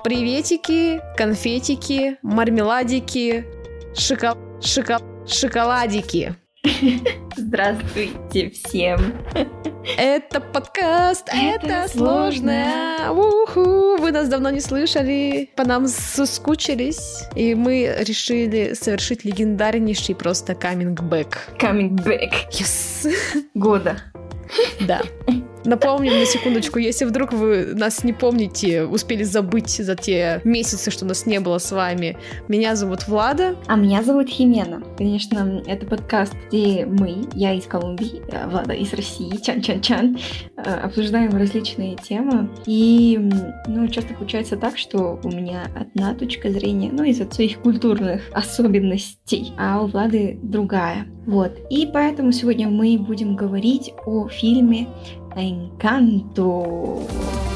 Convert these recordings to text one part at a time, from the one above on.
Приветики, конфетики, мармеладики, шоколадики. Здравствуйте всем. Это подкаст, это сложно. Уху, вы нас давно не слышали, по нам соскучились, и мы решили совершить легендарнейший просто coming back. Coming back. Yes. Года. Да. Напомним на секундочку, если вдруг вы нас не помните, успели забыть за те месяцы, что нас не было с вами. Меня зовут Влада. А меня зовут Химена. Конечно, это подкаст, где мы, я из Колумбии, Влада из России, Чан-Чан-Чан, обсуждаем различные темы. И, часто получается так, что у меня одна точка зрения, из-за своих культурных особенностей, а у Влады другая. Вот. И поэтому сегодня мы будем говорить о фильме Encanto.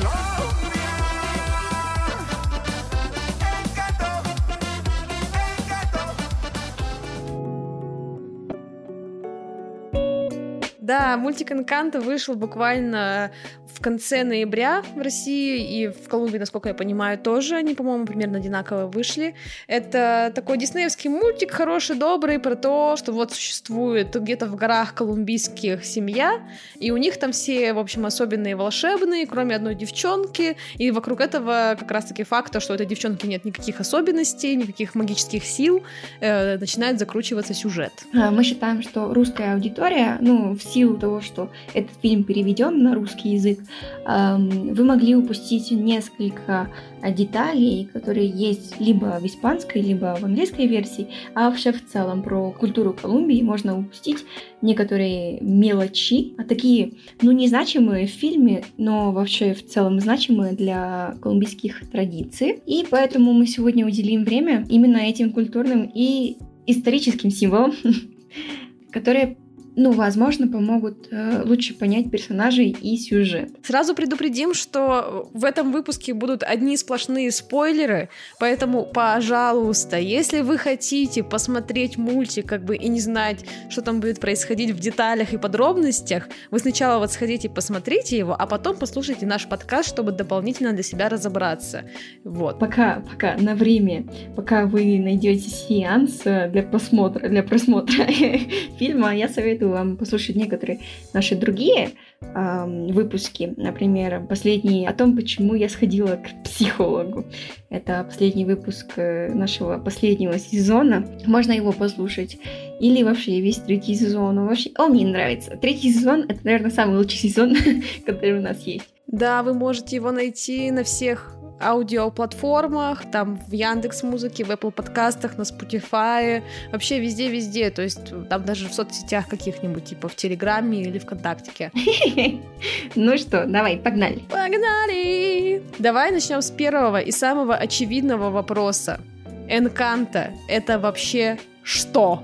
Да, мультик Encanto вышел буквально в конце ноября в России, и в Колумбии, насколько я понимаю, тоже. Они, по-моему, примерно одинаково вышли. Это такой диснеевский мультик, хороший, добрый, про то, что вот существует где-то в горах колумбийских семья, и у них там все, в общем, особенные, волшебные, кроме одной девчонки, и вокруг этого как раз-таки факта, что у этой девчонки нет никаких особенностей, никаких магических сил, начинает закручиваться сюжет. Мы считаем, что русская аудитория, в силу того, что этот фильм переведен на русский язык, вы могли упустить несколько деталей, которые есть либо в испанской, либо в английской версии, а вообще в целом про культуру Колумбии можно упустить некоторые мелочи, такие, незначимые в фильме, но вообще в целом значимые для колумбийских традиций. И поэтому мы сегодня уделим время именно этим культурным и историческим символам, которые возможно, помогут лучше понять персонажей и сюжет. Сразу предупредим, что в этом выпуске будут одни сплошные спойлеры, поэтому, пожалуйста, если вы хотите посмотреть мультик, и не знать, что там будет происходить в деталях и подробностях, вы сначала сходите и посмотрите его, а потом послушайте наш подкаст, чтобы дополнительно для себя разобраться. Вот. Пока на время, пока вы найдете сеанс для просмотра фильма, я советую вам послушать некоторые наши другие выпуски. Например, последний о том, почему я сходила к психологу. Это последний выпуск нашего последнего сезона. Можно его послушать. Или вообще весь третий сезон. Он мне нравится. Третий сезон — это, наверное, самый лучший сезон, который у нас есть. Да, вы можете его найти на всех аудиоплатформах, там в Яндекс.Музыке, в Apple подкастах, на Spotify, вообще везде-везде, то есть там даже в соцсетях каких-нибудь, типа в Телеграме или ВКонтактике. Ну что, давай, погнали! Погнали! Давай начнем с первого и самого очевидного вопроса. Encanto — это вообще что?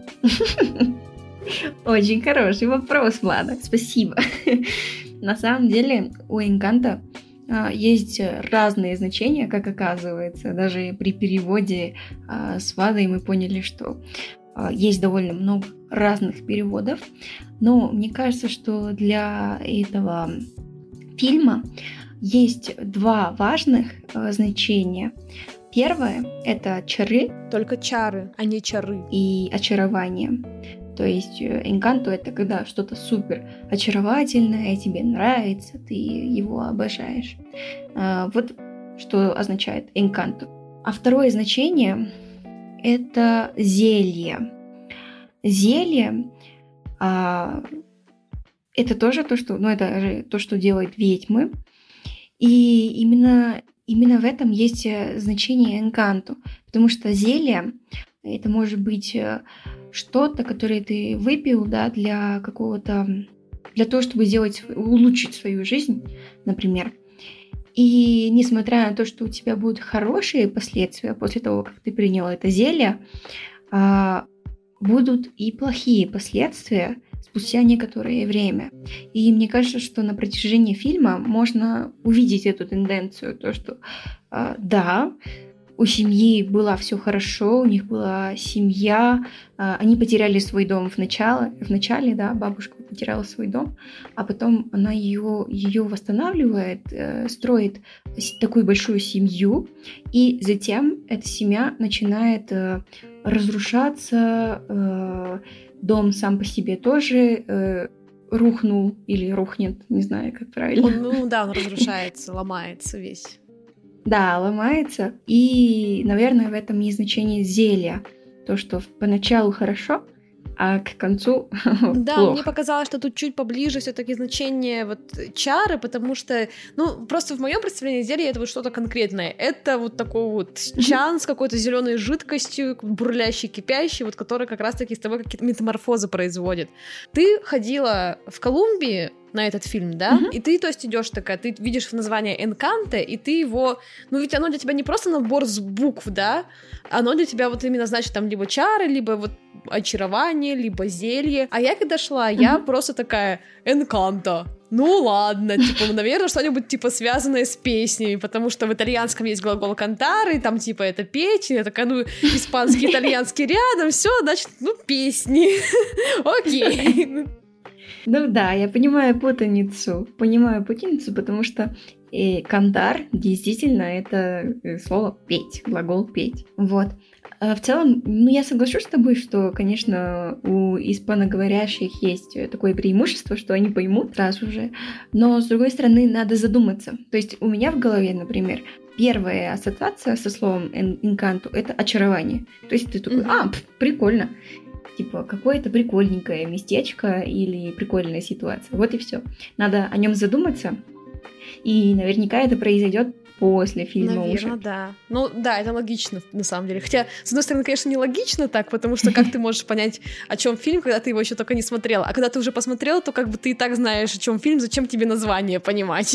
Очень хороший вопрос, Влада, спасибо. На самом деле у Encanto есть разные значения, как оказывается. Даже при переводе с Владой мы поняли, что есть довольно много разных переводов. Но мне кажется, что для этого фильма есть два важных значения. Первое — это чары. Только чары, а не чары. И очарование. То есть Encanto — это когда что-то супер очаровательное, тебе нравится, ты его обожаешь. Вот что означает Encanto. А второе значение — это зелье. Зелье — это тоже то, что, это же то, что делают ведьмы. И именно в этом есть значение Encanto, потому что зелье — это может быть что-то, которое ты выпил, для того, чтобы улучшить свою жизнь, например. И несмотря на то, что у тебя будут хорошие последствия после того, как ты принял это зелье, будут и плохие последствия спустя некоторое время. И мне кажется, что на протяжении фильма можно увидеть эту тенденцию, то, что у семьи было все хорошо, у них была семья, они потеряли свой дом в начале, да, бабушка потеряла свой дом, а потом она ее восстанавливает, строит такую большую семью, и затем эта семья начинает разрушаться, дом сам по себе тоже рухнул или рухнет, не знаю, как правильно. Он разрушается, ломается весь. Да, ломается. И, наверное, в этом есть значение зелья. То, что поначалу хорошо, а к концу Да, плохо. мне показалось, что тут чуть поближе все-таки значение вот чары, потому что, просто в моем представлении зелье это вот что-то конкретное. Это вот такой вот чан с какой-то зеленой жидкостью, бурлящей, кипящей, вот которая как раз-таки с тобой какие-то метаморфозы производит. Ты ходила в Колумбии на этот фильм, да? И ты, то есть, идешь такая, ты видишь название Энканте, и ты его... ведь оно для тебя не просто набор с букв, да? Оно для тебя вот именно значит там либо чары, либо вот очарование, либо зелье. А я когда шла, я просто такая, Энканто. Ну ладно, наверное, что-нибудь связанное с песнями, потому что в итальянском есть глагол кантары, там это петь, я такая, испанский, итальянский рядом, все, значит, песни. Окей. Да, я понимаю путаницу, потому что кантар действительно это слово петь, глагол петь. Вот. В целом, я соглашусь с тобой, что, конечно, у испаноговорящих есть такое преимущество, что они поймут сразу же, но, с другой стороны, надо задуматься. То есть у меня в голове, например, первая ассоциация со словом «энканто» — это очарование. То есть ты такой, прикольно. Какое-то прикольненькое местечко или прикольная ситуация. Вот и все. Надо о нем задуматься, и наверняка это произойдет после фильма. Наверное, да. Да, это логично, на самом деле. Хотя, с одной стороны, конечно, не логично так, потому что как ты можешь понять, о чем фильм, когда ты его еще только не смотрел? А когда ты уже посмотрел, то ты и так знаешь, о чем фильм, зачем тебе название понимать?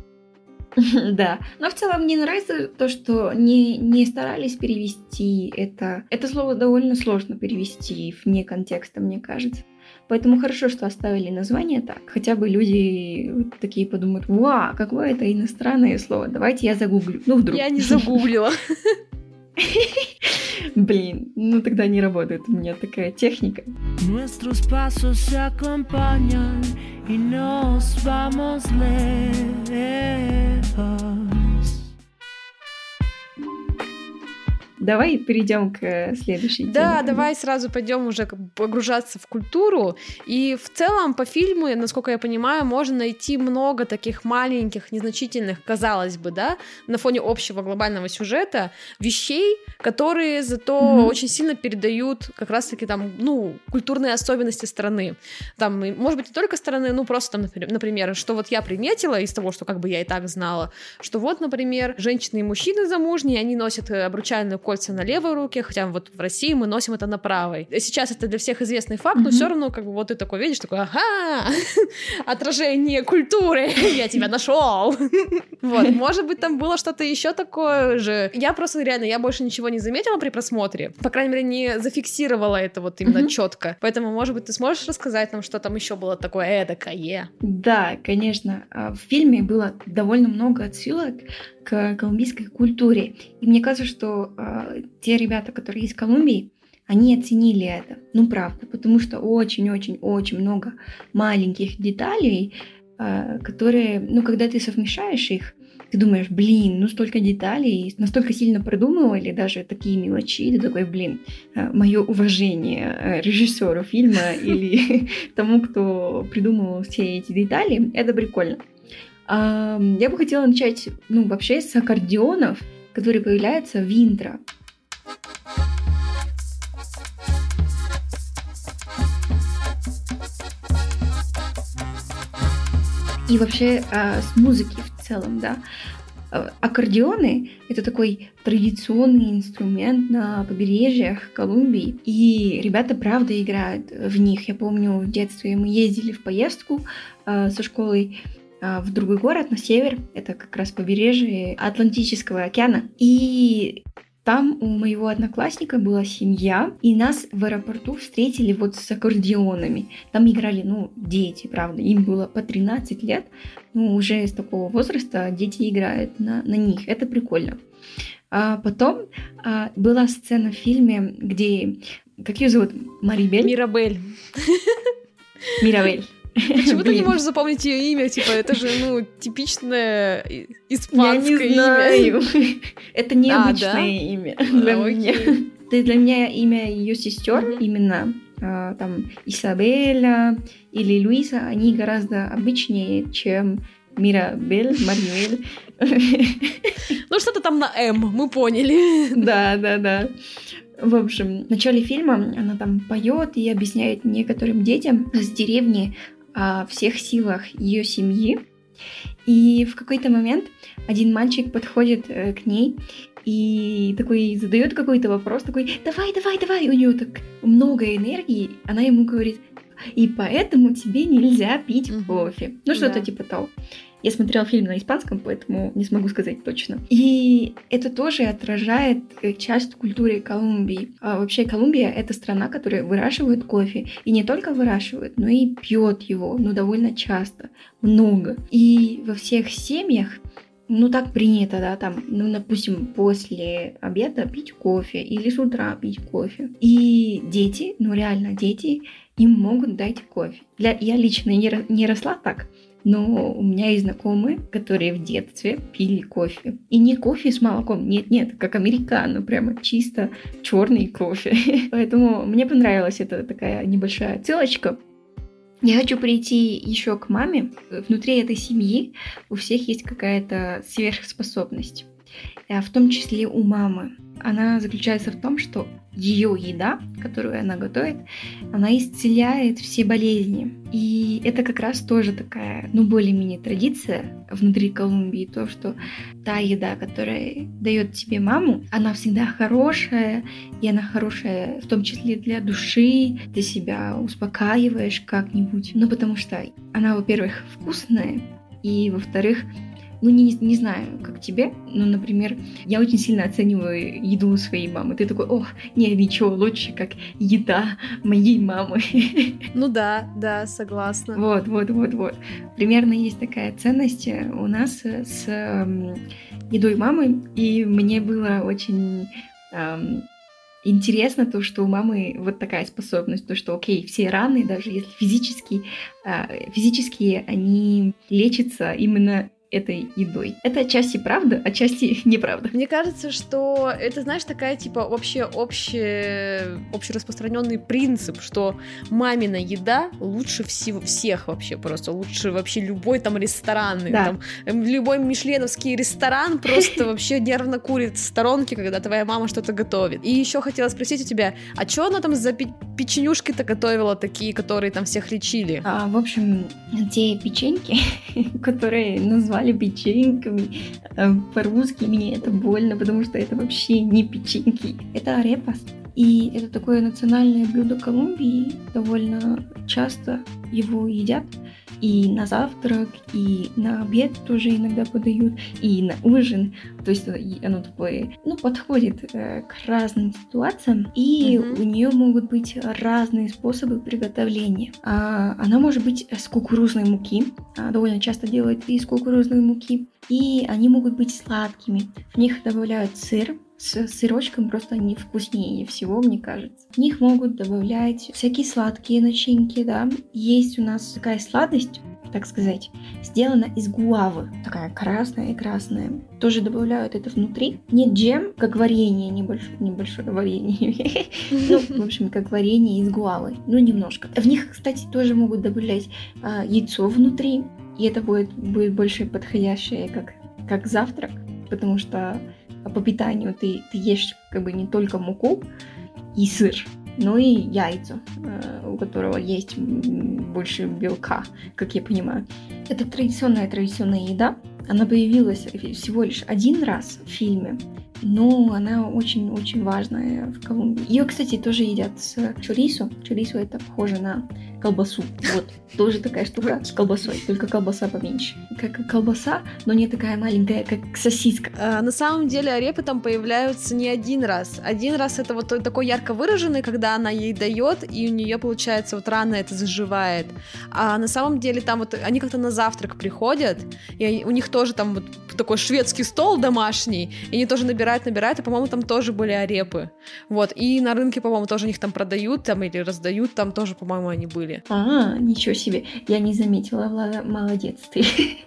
Да, но в целом мне нравится то, что не старались перевести это. Это слово довольно сложно перевести вне контекста, мне кажется. Поэтому хорошо, что оставили название так. Хотя бы люди такие подумают, вау, какое это иностранное слово, давайте я загуглю. Вдруг. Я не загуглила. Блин, тогда не работает у меня такая техника. Nuestros pasos se acompañan y nos vamos lejos. Давай перейдем к следующей теме. Да, давай сразу пойдем уже погружаться в культуру. И в целом по фильму, насколько я понимаю, можно найти много таких маленьких, незначительных, казалось бы, да, на фоне общего глобального сюжета, вещей, которые зато очень сильно передают как раз-таки там, культурные особенности страны. Там, может быть, не только страны, просто там, например, что вот я приметила из того, что я и так знала, что вот, например, женщины и мужчины замужние, они носят обручальные кольца на левой руке, хотя вот в России мы носим это на правой. Сейчас это для всех известный факт, но все равно вот ты такой видишь, такой, ага, отражение культуры, я тебя нашел. Вот, может быть, там было что-то еще такое же. Я просто реально, я больше ничего не заметила при просмотре, по крайней мере, не зафиксировала это вот именно четко. Поэтому, может быть, ты сможешь рассказать нам, что там еще было такое эдакое? Да, конечно. В фильме было довольно много отсылок к колумбийской культуре. И мне кажется, что те ребята, которые из Колумбии, они оценили это. Правда, потому что очень-очень-очень много маленьких деталей, которые, когда ты совмещаешь их, ты думаешь, столько деталей, настолько сильно продумывали даже такие мелочи, ты такой, мое уважение режиссеру фильма или тому, кто придумал все эти детали, это прикольно. Я бы хотела начать, вообще с аккордеонов, которые появляются в интро. И вообще с музыки в целом, да. Аккордеоны — это такой традиционный инструмент на побережьях Колумбии, и ребята правда играют в них. Я помню, в детстве мы ездили в поездку со школой в другой город на север, это как раз побережье Атлантического океана, и там у моего одноклассника была семья, и нас в аэропорту встретили вот с аккордеонами. Там играли, дети, правда, им было по 13 лет, уже с такого возраста дети играют на них, это прикольно. А потом была сцена в фильме, где... Как ее зовут? Марибель? Мирабель. Мирабель. Почему ты не можешь запомнить ее имя? Типа, это же, типичное испанское имя. Я не знаю. Это необычное имя для меня. Для меня имя ее сестер именно там Изабеля или Луиза, они гораздо обычнее, чем Мирабель, Марибель. Ну, что-то там на М, мы поняли. Да. В общем, в начале фильма она там поет и объясняет некоторым детям с деревни о всех силах ее семьи. И в какой-то момент один мальчик подходит к ней и такой задает какой-то вопрос, такой: давай, у нее так много энергии, она ему говорит: и поэтому тебе нельзя пить кофе. Ну, что-то типа того. Я смотрела фильм на испанском, поэтому не смогу сказать точно. И это тоже отражает часть культуры Колумбии. А вообще Колумбия — это страна, которая выращивает кофе. И не только выращивает, но и пьет его, довольно часто, много. И во всех семьях, так принято, да, там, допустим, после обеда пить кофе или с утра пить кофе. И дети, реально дети, им могут дать кофе. Я лично не росла так, но у меня есть знакомые, которые в детстве пили кофе. И не кофе с молоком, нет, как американо, прямо чисто черный кофе. Поэтому мне понравилась эта такая небольшая отсылочка. Я хочу прийти еще к маме. Внутри этой семьи у всех есть какая-то сверхспособность, в том числе у мамы. Она заключается в том, что ее еда, которую она готовит, она исцеляет все болезни. И это как раз тоже такая, более-менее традиция внутри Колумбии, то, что та еда, которая дает тебе маму, она всегда хорошая, и она хорошая в том числе для души, ты себя успокаиваешь как-нибудь. Потому что она, во-первых, вкусная, и, во-вторых, не знаю, как тебе, но, например, я очень сильно оцениваю еду своей мамы. Ты такой: ничего лучше, как еда моей мамы. Да, согласна. Вот. Примерно есть такая ценность у нас с едой мамы, и мне было очень интересно то, что у мамы вот такая способность, то, что, все раны, даже если физически они лечатся именно этой едой. Это отчасти правда, отчасти неправда. Мне кажется, что это, знаешь, такая типа вообще общераспространенный принцип, что мамина еда лучше всех вообще, просто лучше вообще любой там ресторанный, да. Там, любой мишленовский ресторан просто вообще нервно курит в сторонке, когда твоя мама что-то готовит. И еще хотела спросить у тебя, а что она там за печенюшки-то готовила такие, которые там всех лечили? В общем, те печеньки, которые назвали печеньками, по-русски мне это больно, потому что это вообще не печеньки, это арепас. И это такое национальное блюдо Колумбии, довольно часто его едят и на завтрак, и на обед тоже иногда подают, и на ужин. То есть оно такое, подходит к разным ситуациям, и у нее могут быть разные способы приготовления. Она может быть с кукурузной муки, довольно часто делают из кукурузной муки, и они могут быть сладкими. В них добавляют сыр. С сырочком просто они вкуснее всего, мне кажется. В них могут добавлять всякие сладкие начинки, да. Есть у нас такая сладость, так сказать, сделана из гуавы. Такая красная. Тоже добавляют это внутри. Не джем, как варенье, небольшое варенье. В общем, как варенье из гуавы. Немножко. В них, кстати, тоже могут добавлять яйцо внутри. И это будет больше подходящее как завтрак, потому что по питанию ты ешь не только муку и сыр, но и яйца, у которого есть больше белка, как я понимаю. Это традиционная еда. Она появилась всего лишь один раз в фильме, но она очень-очень важная в Колумбии. Ее, кстати, тоже едят с чорисо. Чорисо — это похоже на колбасу. Вот, тоже такая штука с колбасой, только колбаса поменьше. Как колбаса, но не такая маленькая, как сосиска. На самом деле арепы там появляются не один раз. Один раз это вот такой ярко выраженный, когда она ей дает, и у нее получается вот рано это заживает. А на самом деле там вот они как-то на завтрак приходят, и у них тоже там вот такой шведский стол домашний, и они тоже набирают, и, по-моему, там тоже были арепы. Вот, и на рынке, по-моему, тоже их там продают там или раздают, там тоже, по-моему, они были. Ничего себе, я не заметила, Влада, молодец ты.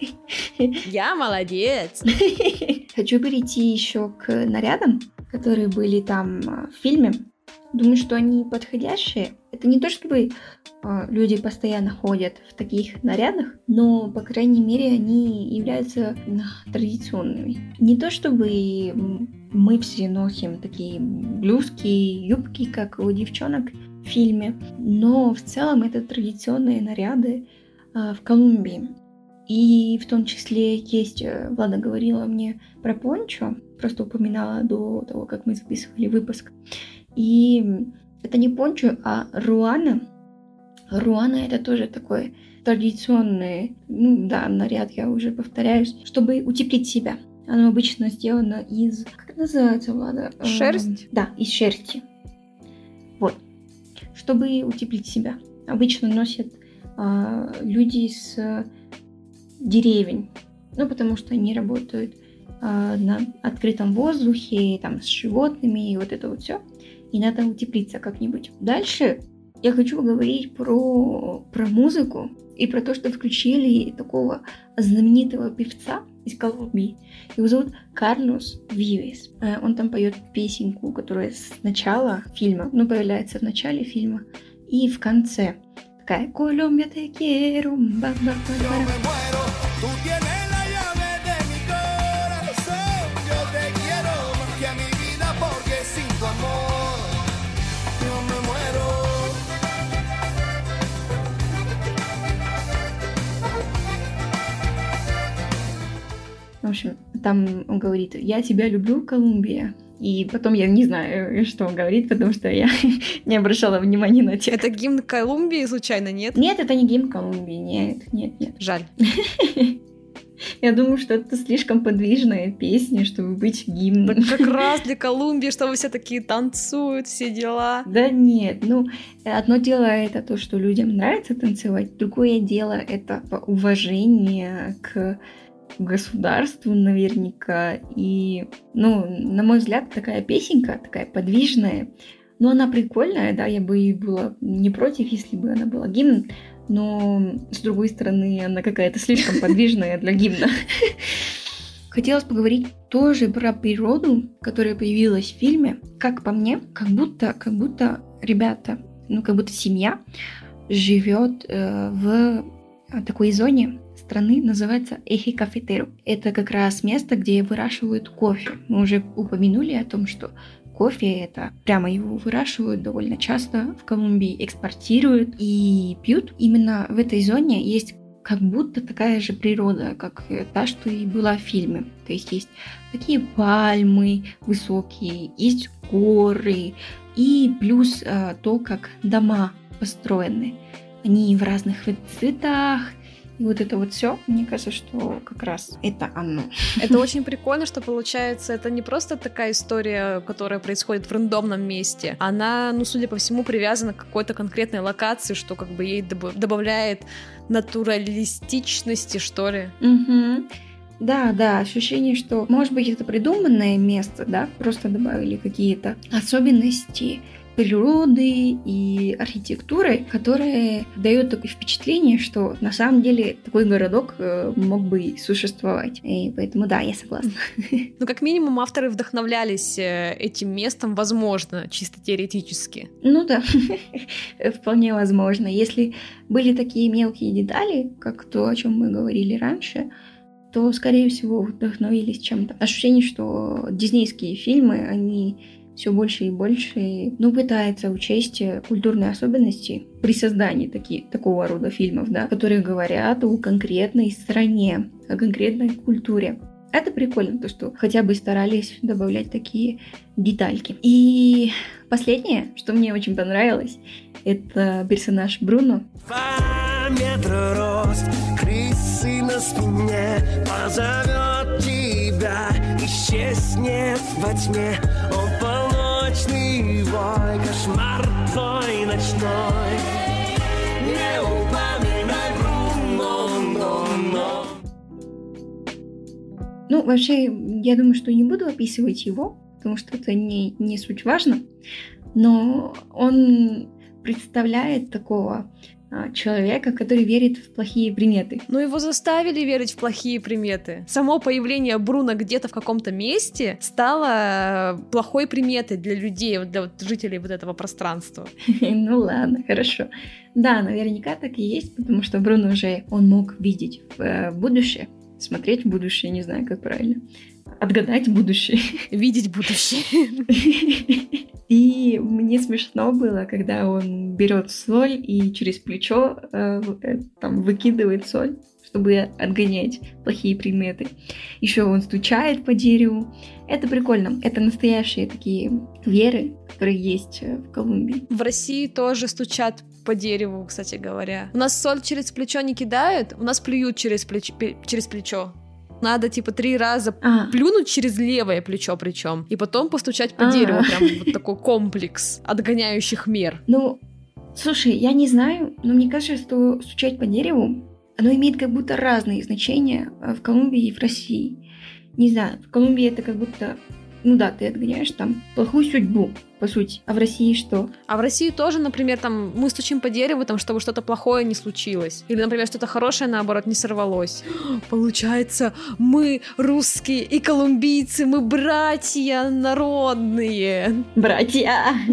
Я молодец! Хочу перейти еще к нарядам, которые были там в фильме. Думаю, что они подходящие. Это не то, чтобы люди постоянно ходят в таких нарядах, но, по крайней мере, они являются традиционными. Не то, чтобы мы все носим такие блузки, юбки, как у девчонок в фильме, но в целом это традиционные наряды в Колумбии. И в том числе есть, Влада говорила мне про пончо, просто упоминала до того, как мы записывали выпуск. И это не пончо, а руана. Руана — это тоже такой традиционный, наряд, я уже повторяюсь, чтобы утеплить себя. Оно обычно сделано из... Как это называется, Влада? Шерсть? Да, из шерсти. Вот. Чтобы утеплить себя. Обычно носят люди с деревень. Потому что они работают на открытом воздухе, там, с животными и вот это вот все. И надо утеплиться как-нибудь. Дальше я хочу поговорить про музыку и про то, что включили такого знаменитого певца из Колумбии. Его зовут Карлос Вивес. Он там поет песенку, которая с начала фильма, появляется в начале фильма и в конце. Такая «Колумбия, te quiero». В общем, там он говорит: «Я тебя люблю, Колумбия». И потом я не знаю, что он говорит, потому что я не обращала внимания на текст. Это гимн Колумбии, случайно, нет? Нет, это не гимн Колумбии, нет. Жаль. Я думаю, что это слишком подвижная песня, чтобы быть гимном. Так как раз для Колумбии, чтобы все такие танцуют, все дела. Да нет, одно дело это то, что людям нравится танцевать, другое дело это уважение к государству наверняка. И, на мой взгляд, такая песенка, такая подвижная, но она прикольная, да, я бы была не против, если бы она была гимн, но, с другой стороны, она какая-то слишком подвижная для гимна. Хотелось поговорить тоже про природу, которая появилась в фильме. Как по мне, как будто ребята, как будто семья живет в такой зоне страны, называется Эхе Кафетеро. Это как раз место, где выращивают кофе. Мы уже упомянули о том, что кофе это прямо его выращивают довольно часто в Колумбии, экспортируют и пьют. Именно в этой зоне есть как будто такая же природа, как та, что и была в фильме. То есть такие пальмы высокие, есть горы и плюс то, как дома построены. Они в разных цветах. И вот это вот все, мне кажется, что как раз это оно. Это очень прикольно, что получается, это не просто такая история, которая происходит в рандомном месте. Она, судя по всему, привязана к какой-то конкретной локации, что как бы ей добавляет натуралистичности, что ли. Угу. Да, ощущение, что, может быть, это придуманное место, да, просто добавили какие-то особенности природы и архитектуры, которые дают такое впечатление, что на самом деле такой городок мог бы существовать. И поэтому да, я согласна. Как минимум авторы вдохновлялись этим местом, возможно, чисто теоретически. Да, вполне возможно. Если были такие мелкие детали, как то, о чем мы говорили раньше, то, скорее всего, вдохновились чем-то. Ощущение, что диснейские фильмы, они все больше и больше, пытаются учесть культурные особенности при создании такого рода фильмов, да, которые говорят о конкретной стране, о конкретной культуре. Это прикольно, то, что хотя бы старались добавлять такие детальки. И последнее, что мне очень понравилось, это персонаж Бруно. 2 метра рост, крысы на спине, позовет тебя, исчезнет во тьме. Он полночный вой, кошмар твой ночной. Не упоминай Бруно. Ну, вообще, я думаю, что не буду описывать его, потому что это не суть важно, но он представляет такого человека, который верит в плохие приметы. Но его заставили верить в плохие приметы. Само появление Бруно где-то в каком-то месте стало плохой приметой для людей, для вот жителей вот этого пространства. Ну ладно, хорошо. Да, наверняка так и есть, потому что Бруно уже, он мог видеть в будущее, смотреть в будущее, не знаю, как правильно, отгадать будущее. Видеть будущее. И мне смешно было, когда он берет соль и через плечо там выкидывает соль, чтобы отгонять плохие приметы. Еще он стучает по дереву. Это прикольно. Это настоящие такие веры, которые есть в Колумбии. В России тоже стучат по дереву, кстати говоря. У нас соль через плечо не кидают, у нас плюют через плечо. Надо, 3 раза плюнуть через левое плечо причем, и потом постучать по дереву. Прям вот такой комплекс отгоняющих мер. Ну, слушай, я не знаю, но мне кажется, что стучать по дереву, оно имеет как будто разные значения в Колумбии и в России. Не знаю, в Колумбии это как будто... Ну да, ты отгоняешь там плохую судьбу, по сути. А в России что? А в России тоже, например, там мы стучим по дереву, там, чтобы что-то плохое не случилось. Или, например, что-то хорошее, наоборот, не сорвалось. Получается, мы русские и колумбийцы, мы братья народные. Братья!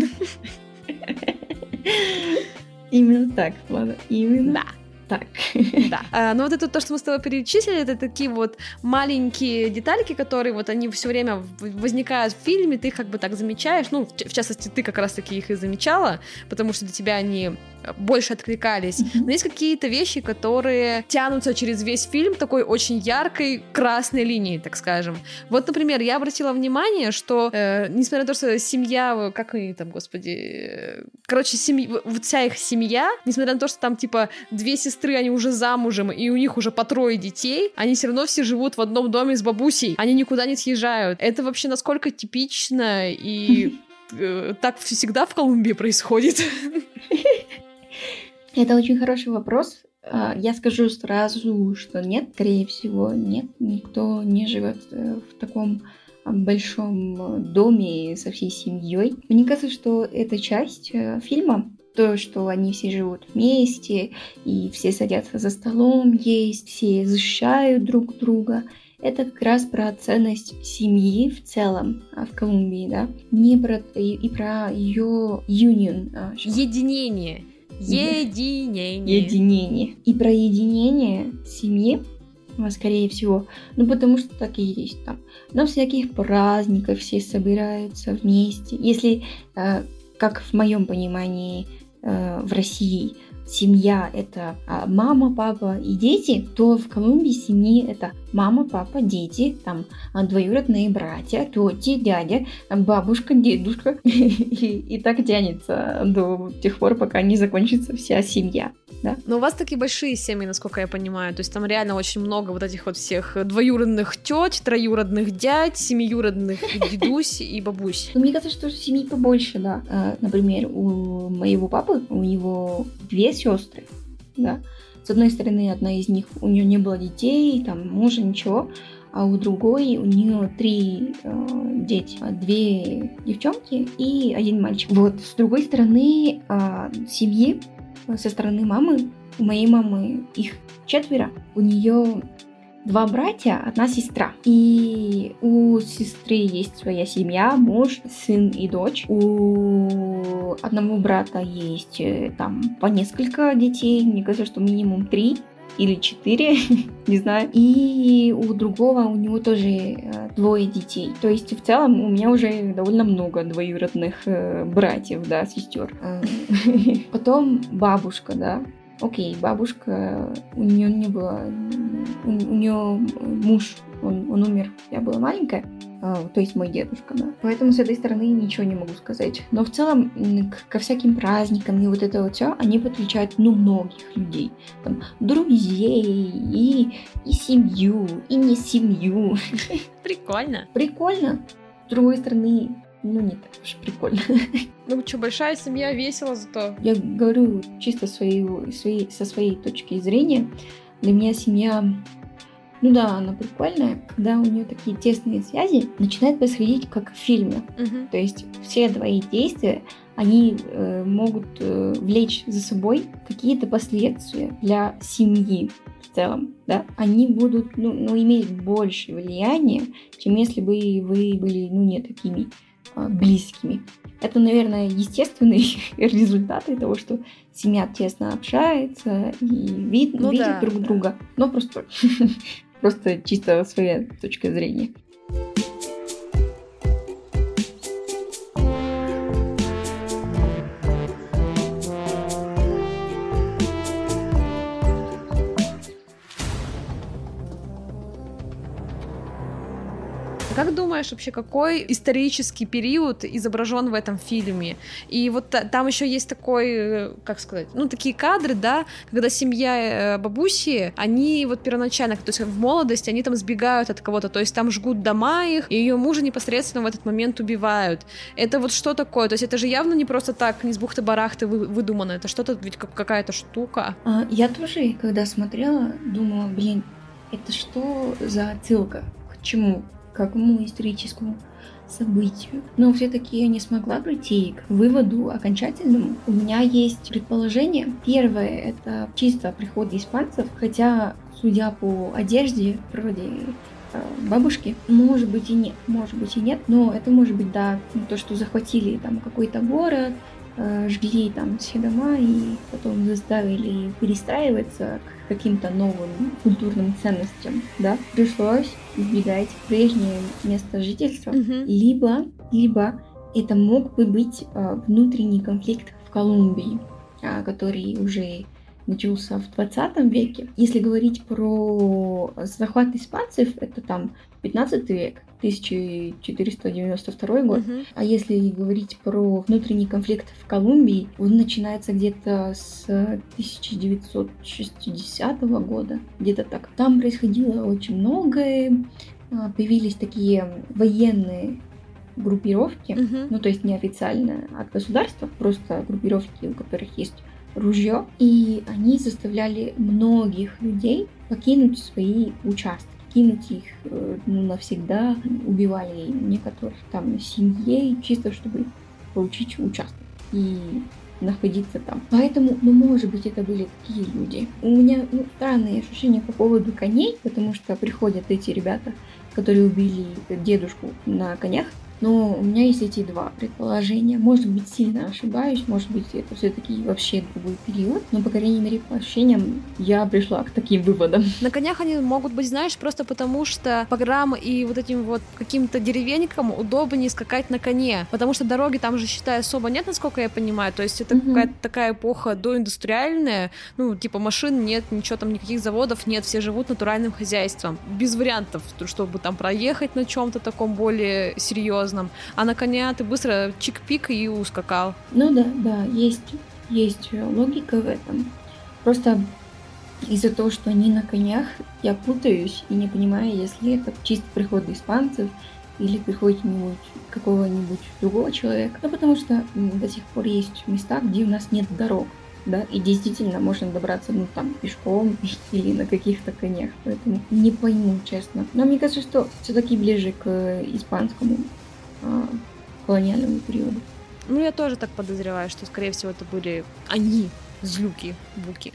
Именно так, Влада, именно. Да. Так. Да. Но вот это то, что мы с тобой перечислили, это такие вот маленькие детальки, которые вот они все время возникают в фильме, ты их как бы так замечаешь, ну, в частности, ты как раз-таки их и замечала, потому что для тебя они больше откликались. Но есть какие-то вещи, которые тянутся через весь фильм такой очень яркой красной линией, так скажем. Вот, например, я обратила внимание, что, несмотря на то, что семья, как они там, господи, короче, вот вся их семья, несмотря на то, что там, 2 сестры, они уже замужем, и у них уже по 3 детей, они все равно все живут в одном доме с бабусей, они никуда не съезжают. Это вообще насколько типично, и так всегда в Колумбии происходит? Это очень хороший вопрос. Я скажу сразу, что нет, скорее всего, нет. Никто не живет в таком большом доме со всей семьей. Мне кажется, что эта часть фильма, то, что они все живут вместе, и все садятся за столом есть, все защищают друг друга, это как раз про ценность семьи в целом в Колумбии, да, не про и про ее union. Единение. И про единение семьи, скорее всего. Ну, потому что так и есть там. На всяких праздниках все собираются вместе. Если, как в моем понимании, в России семья — это мама, папа и дети, то в Колумбии семьи — это мама, папа, дети, там двоюродные братья, тети, дядя, бабушка, дедушка. И так тянется до тех пор, пока не закончится вся семья. Да? Но у вас такие большие семьи, насколько я понимаю. То есть там реально очень много вот этих вот всех двоюродных тёть, троюродных дядь, семиюродных дедусь и бабусь. Ну, мне кажется, что семьи побольше, да. Например, у моего папы, у него 2 сестры, да. С одной стороны, одна из них, у нее не было детей, там, мужа, ничего, а у другой у нее 3 дети, 2 девчонки и 1 мальчик. Вот, с другой стороны, семьи, со стороны мамы, у моей мамы их 4, у нее 2 братья, 1 сестра. И у сестры есть своя семья, муж, сын и дочь. У одного брата есть там по несколько детей, мне кажется, что минимум 3 или 4, не знаю. И у другого, у него тоже 2 детей. То есть в целом у меня уже довольно много двоюродных братьев, да, сестер. Потом бабушка, да. окей, бабушка, у нее не было, у нее муж, он умер, я была маленькая, то есть мой дедушка, да. Поэтому с этой стороны ничего не могу сказать. Но в целом ко всяким праздникам и вот это вот все, они подключают, многих людей. Там, друзей, и семью, и не семью. Прикольно. Прикольно. С другой стороны, не так уж прикольно. Ну что, большая семья, весело зато. Я говорю чисто со своей точки зрения. Для меня семья... она прикольная, когда у нее такие тесные связи, начинает происходить как в фильме. То есть все твои действия, они могут влечь за собой какие-то последствия для семьи в целом, да? Они будут, иметь больше влияния, чем если бы вы были, не такими близкими. Это, наверное, естественный результат того, что семья тесно общается и видит друг друга, но просто чисто своя точка зрения. Как думаешь вообще, какой исторический период изображен в этом фильме? И вот там еще есть такой, как сказать, такие кадры, да, когда семья бабуси, они вот первоначально, то есть в молодости, они там сбегают от кого-то, то есть там жгут дома их, и ее мужа непосредственно в этот момент убивают. Это вот что такое? То есть это же явно не просто так, не с бухты-барахты выдумано, это что-то ведь какая-то штука. Я тоже, когда смотрела, думала, это что за отсылка? К чему? К какому историческому событию. Но все-таки я не смогла прийти к выводу окончательному. У меня есть предположение. Первое — это чисто приход испанцев, хотя, судя по одежде, вроде бабушки, может быть и нет, но это может быть, да, то, что захватили там какой-то город, жгли там все дома и потом заставили перестраиваться к каким-то новым культурным ценностям, да, пришлось избегать прежнее место жительства, либо это мог бы быть внутренний конфликт в Колумбии, который уже начался в 20 веке. Если говорить про захват испанцев, это там 15 век, 1492 год. А если говорить про внутренний конфликт в Колумбии, он начинается где-то с 1960 года, где-то так. Там происходило очень многое, появились такие военные группировки, то есть неофициально от государства, просто группировки, у которых есть ружье, и они заставляли многих людей покинуть свои участки, кинуть их навсегда, убивали некоторых там семьей, чисто чтобы получить участок и находиться там. Поэтому, может быть, это были такие люди. У меня странные ощущения по поводу коней, потому что приходят эти ребята, которые убили дедушку на конях. Но у меня есть эти два предположения. Может быть, сильно ошибаюсь, может быть, это все-таки вообще другой период, но, по крайней мере, по ощущениям, я пришла к таким выводам. На конях они могут быть, знаешь, просто потому что по горам и вот этим вот каким-то деревенькам удобнее скакать на коне, потому что дороги там же, считай, особо нет, насколько я понимаю, то есть это какая-то такая эпоха доиндустриальная, типа машин нет, ничего там, никаких заводов нет, все живут натуральным хозяйством, без вариантов, чтобы там проехать на чем-то таком более серьезном. А на коня ты быстро чик-пик и ускакал. Да, есть логика в этом. Просто из-за того, что они на конях, я путаюсь и не понимаю, если это чисто приход испанцев или приход какого-нибудь другого человека. Потому что до сих пор есть места, где у нас нет дорог. Да, и действительно можно добраться, пешком или на каких-то конях. Поэтому не пойму, честно. Но мне кажется, что все-таки ближе к испанскому колониальному периоду. Я тоже так подозреваю, что, скорее всего, это были они, злюки, буки.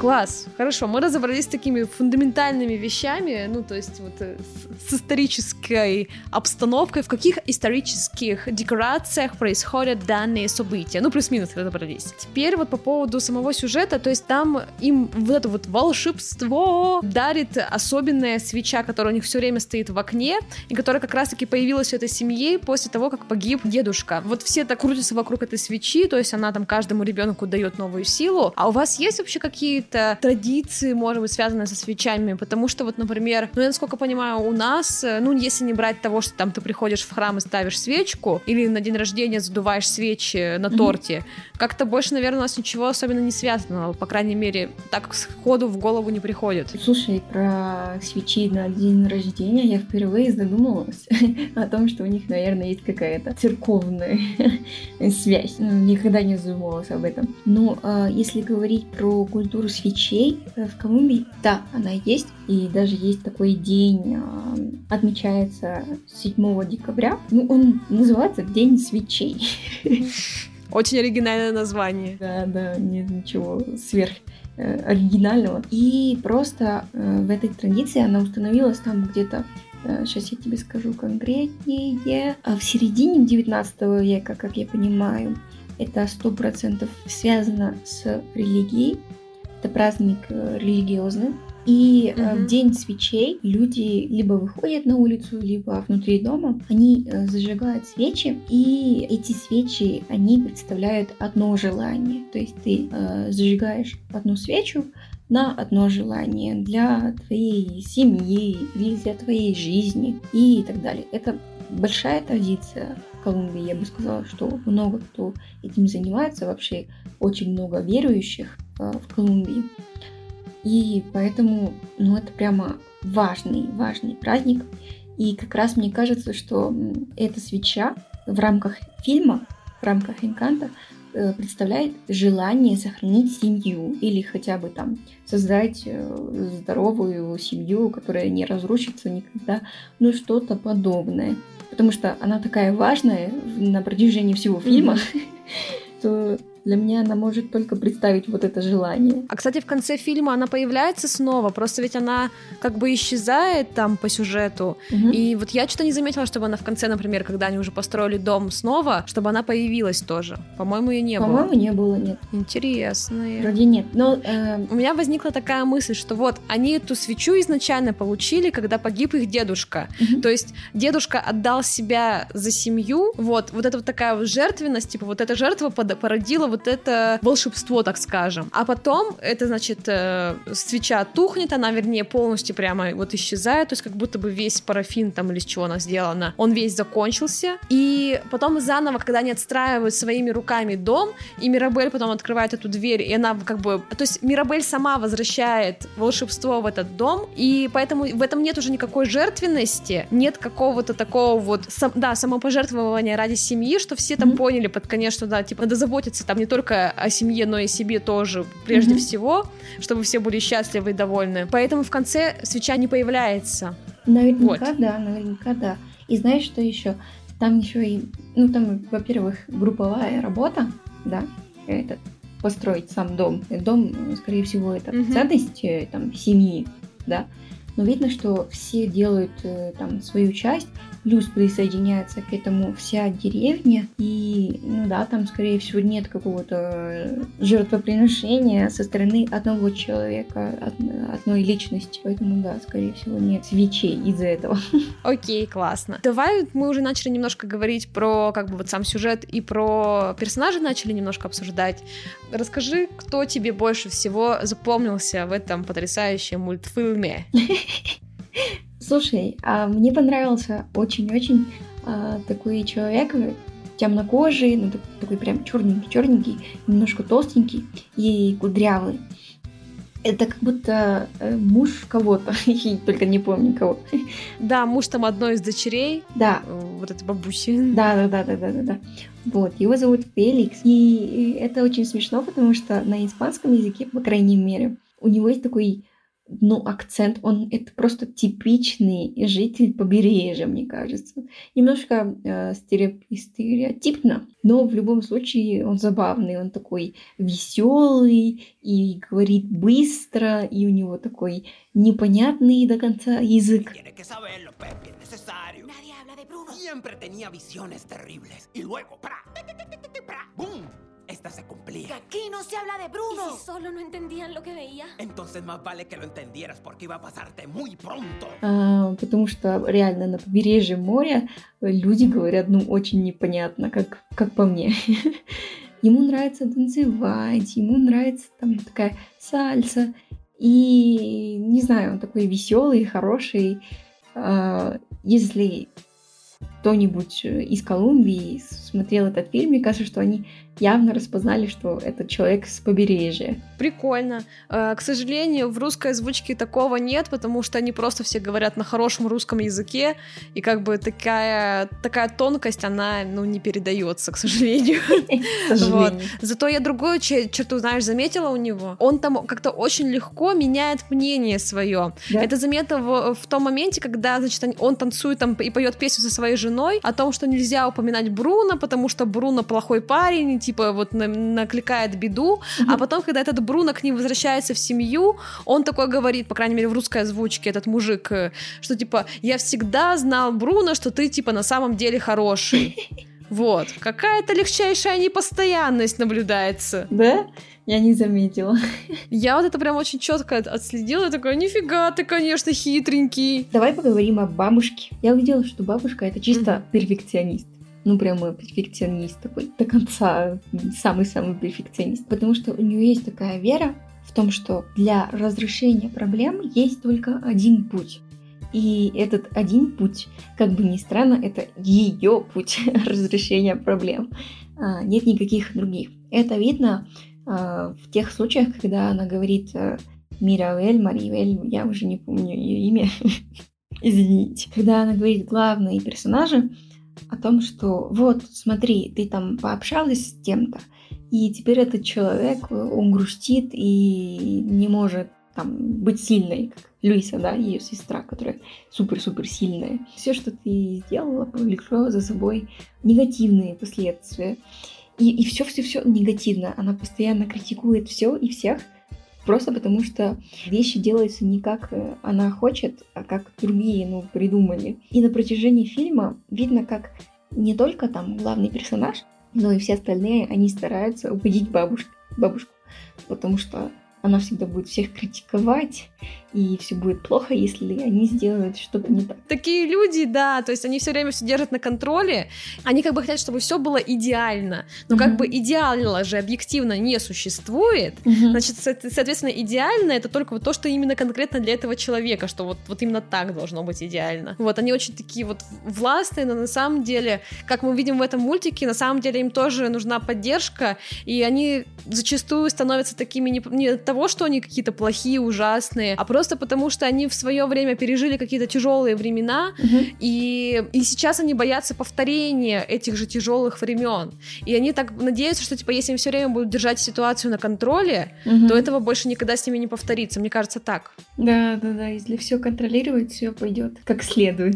Класс, хорошо, мы разобрались с такими фундаментальными вещами, ну, то есть вот с исторической обстановкой, в каких исторических декорациях происходят данные события, ну, плюс-минус разобрались. Теперь вот по поводу самого сюжета, то есть там им вот это вот волшебство дарит особенная свеча, которая у них все время стоит в окне, и которая как раз-таки появилась у этой семьи после того, как погиб дедушка. Вот все так крутятся вокруг этой свечи, то есть она там каждому ребенку дает новую силу. А у вас есть вообще какие-то традиции, может быть, связанные со свечами? Потому что вот, например, ну, я насколько понимаю, у нас, ну, если не брать того, что там ты приходишь в храм и ставишь свечку, или на день рождения задуваешь свечи на торте, как-то больше, наверное, у нас ничего особенно не связано, по крайней мере, так сходу в голову не приходит. Слушай, про свечи на день рождения я впервые задумалась о том, что у них, наверное, есть какая-то церковная связь. Никогда не задумывалась об этом. Но если говорить про культуру свечей в Колумбии, да, она есть. И даже есть такой день, отмечается 7 декабря. Ну, он называется День свечей. Очень оригинальное название. Да, нет ничего оригинального. И просто в этой традиции она установилась там где-то, сейчас я тебе скажу конкретнее, в середине 19 века, как я понимаю. Это 100% связано с религией. Это праздник религиозный. И в день свечей люди либо выходят на улицу, либо внутри дома. Они зажигают свечи, и эти свечи, они представляют одно желание. То есть ты зажигаешь одну свечу на одно желание для твоей семьи или для твоей жизни и так далее. Это большая традиция в Колумбии. Я бы сказала, что много кто этим занимается. Вообще очень много верующих в Колумбии. И поэтому, это прямо важный праздник. И как раз мне кажется, что эта свеча в рамках фильма, в рамках «Энканто» представляет желание сохранить семью или хотя бы там создать здоровую семью, которая не разрушится никогда, что-то подобное. Потому что она такая важная на протяжении всего фильма, что для меня она может только представить вот это желание. А, кстати, в конце фильма она появляется снова, просто ведь она как бы исчезает там по сюжету. И вот я что-то не заметила, чтобы она в конце, например, когда они уже построили дом снова, чтобы она появилась тоже. По-моему, ее не было. По-моему, не было, нет. Интересно. Вроде нет, но... У меня возникла такая мысль, что вот они эту свечу изначально получили, когда погиб их дедушка. То есть дедушка отдал себя за семью, вот это вот такая вот жертвенность, типа вот эта жертва породила вот это волшебство, так скажем. А потом это, значит, свеча тухнет, она, вернее, полностью прямо вот исчезает, то есть как будто бы весь парафин там или из чего она сделана, он весь закончился. И потом заново, когда они отстраивают своими руками дом, и Мирабель потом открывает эту дверь, и она как бы... То есть Мирабель сама возвращает волшебство в этот дом, и поэтому в этом нет уже никакой жертвенности, нет какого-то такого вот, самопожертвования ради семьи, что все там поняли под конец, что, да, типа, надо заботиться там не только о семье, но и о себе тоже, прежде всего, чтобы все были счастливы и довольны. Поэтому в конце свеча не появляется. Наверняка да. И знаешь, что еще? Там еще и, там, во-первых, групповая работа, да, это построить сам дом. Дом, скорее всего, это ценность там семьи, да. Но видно, что все делают там свою часть, плюс присоединяется к этому вся деревня, и, там, скорее всего, нет какого-то жертвоприношения со стороны одного человека, одной личности, поэтому, да, скорее всего, нет свечей из-за этого. Окей, классно. Давай мы уже начали немножко говорить про, как бы, вот сам сюжет и про персонажей начали немножко обсуждать. Расскажи, кто тебе больше всего запомнился в этом потрясающем мультфильме? Слушай, мне понравился очень-очень такой человек, темнокожий, такой прям черненький, немножко толстенький и кудрявый. Это как будто муж кого-то, только не помню кого. Да, муж там одной из дочерей. Да. Вот этой бабуси. Да. Вот, его зовут Феликс. И это очень смешно, потому что на испанском языке, по крайней мере, у него есть такой ну, акцент, это просто типичный житель побережья, мне кажется. Немножко стереотипно, но в любом случае он забавный, он такой веселый и говорит быстро, и у него такой непонятный до конца язык. Siempre tenía visiones terribles. Y luego, ¡pra! ¡Bum! Esta se cumplía. Que aquí no se habla de Bruno. ¿Y si solo no entendían lo que veía? Entonces más vale que lo entendieras porque iba a pasarte muy pronto. Потому что реально на побережье моря люди говорят, ну, очень непонятно, как по мне. Ему нравится танцевать, ему нравится там такая сальса. И, не знаю, он такой веселый, хороший. Если кто-нибудь из Колумбии смотрел этот фильм, мне кажется, что они явно распознали, что этот человек с побережья. Прикольно. К сожалению, в русской озвучке такого нет, потому что они просто все говорят на хорошем русском языке, и как бы такая тонкость, она, не передается, к сожалению. Вот. Зато я другую черту, знаешь, заметила у него. Он там как-то очень легко меняет мнение свое. Да? Это заметно в том моменте, когда, значит, он танцует там и поет песню со своей женой о том, что нельзя упоминать Бруно, потому что Бруно плохой парень, типа вот накликает беду, а потом, когда этот Бруно к ним возвращается в семью, он такой говорит, по крайней мере в русской озвучке, этот мужик, что типа, я всегда знал, Бруно, что ты типа на самом деле хороший. Вот. Какая-то легчайшая непостоянность наблюдается. Да? Я не заметила. Я вот это прям очень четко отследила, и такая, нифига ты, конечно, хитренький. Давай поговорим о бабушке. Я увидела, что бабушка — это чисто перфекционист. Ну, прямо перфекционист такой, до конца, самый-самый перфекционист. Потому что у нее есть такая вера в том, что для разрешения проблем есть только один путь. И этот один путь, как бы ни странно, это ее путь разрешения проблем. Нет никаких других. Это видно в тех случаях, когда она говорит Марибель, я уже не помню ее имя, извините. Когда она говорит главной персонаже о том, что вот, смотри, ты там пообщалась с тем-то, и теперь этот человек, он грустит и не может там быть сильной, как Луиса, да, ее сестра, которая супер-супер сильная. Все, что ты сделала, повлекло за собой негативные последствия. И все негативно. Она постоянно критикует все и всех, просто потому что вещи делаются не как она хочет, а как другие, придумали. И на протяжении фильма видно, как не только там главный персонаж, но и все остальные, они стараются угодить бабушку, потому что она всегда будет всех критиковать, и все будет плохо, если они сделают что-то не так. Такие люди, да, то есть они все время все держат на контроле, они как бы хотят, чтобы все было идеально, но как бы идеально же объективно не существует, значит, соответственно, идеально это только вот то, что именно конкретно для этого человека, что вот именно так должно быть идеально. Вот, они очень такие вот властные, но на самом деле, как мы видим в этом мультике, на самом деле им тоже нужна поддержка, и они зачастую становятся такими не от того, что они какие-то плохие, ужасные, а просто потому, что они в свое время пережили какие-то тяжелые времена, и сейчас они боятся повторения этих же тяжелых времен. И они так надеются, что типа, если они все время будут держать ситуацию на контроле, то этого больше никогда с ними не повторится. Мне кажется, так. Да, если все контролировать, все пойдет как следует.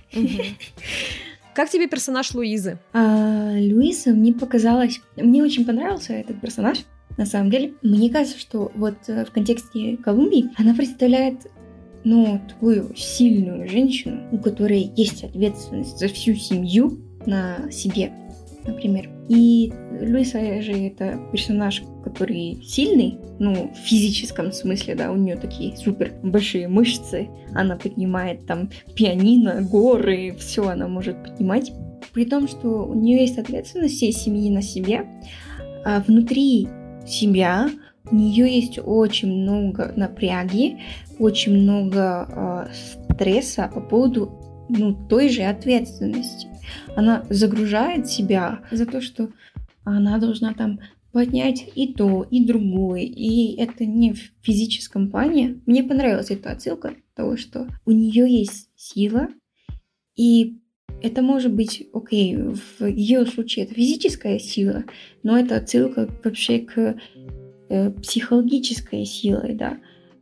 Как тебе персонаж Луизы? Луиза мне очень понравился этот персонаж. На самом деле, мне кажется, что вот в контексте Колумбии она представляет, такую сильную женщину, у которой есть ответственность за всю семью на себе, например. И Луиза же это персонаж, который сильный, в физическом смысле, да, у нее такие супер большие мышцы, она поднимает там пианино, горы, все она может поднимать. При том, что у нее есть ответственность всей семьи на себе, а внутри себя у нее есть очень много напряги, очень много стресса по поводу той же ответственности. Она загружает себя за то, что она должна там поднять и то, и другое, и это не в физическом плане. Мне понравилась эта отсылка того, что у нее есть сила, и это может быть, окей, в ее случае это физическая сила, но это отсылка вообще к психологической силе, да.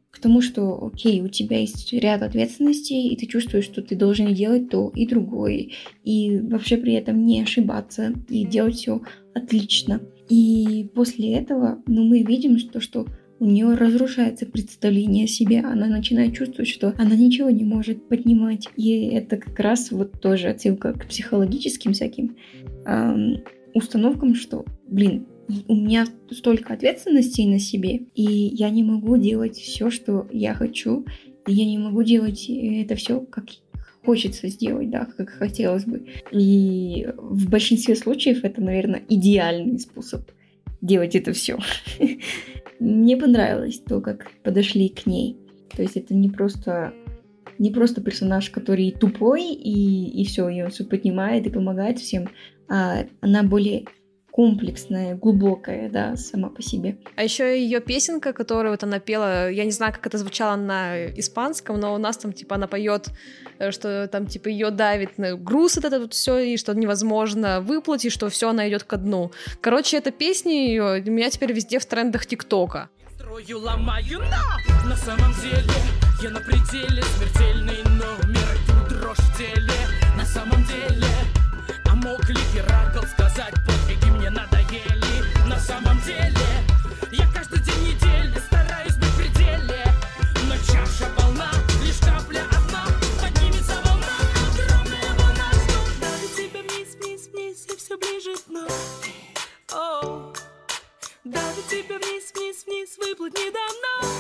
к тому, что, окей, у тебя есть ряд ответственностей, и ты чувствуешь, что ты должен делать то и другое, и вообще при этом не ошибаться, и делать все отлично. И после этого, мы видим, что у нее разрушается представление о себе, она начинает чувствовать, что она ничего не может поднимать. И это как раз вот тоже отсылка к психологическим всяким установкам, что, у меня столько ответственностей на себе, и я не могу делать все, что я хочу, и я не могу делать это все, как хочется сделать, да, как хотелось бы. И в большинстве случаев это, наверное, идеальный способ делать это все. Мне понравилось то, как подошли к ней. То есть это не просто персонаж, который тупой и все, и он все поднимает и помогает всем, а она более комплексная, глубокая, да, сама по себе. А еще ее песенка, которую вот она пела, я не знаю, как это звучало на испанском, но у нас там, типа, она поет, что там, типа, ее давит на груз это вот все, и что невозможно выплатить, что все она идет ко дну. Короче, эта песня ее у меня теперь везде в трендах ТикТока. Строю, ломаю, но на самом деле я на пределе, смертельный номер, эту дрожь в теле, на самом деле. А мог ли Геракл сказать, подвиги мне надоели? На самом деле, я каждый день недели стараюсь быть в пределе, но чаша полна, лишь капля одна, поднимется волна, огромная волна, что давит тебя вниз, вниз, вниз, и все ближе к дну. О, давит тебя вниз, вниз, вниз, выплыть недавно.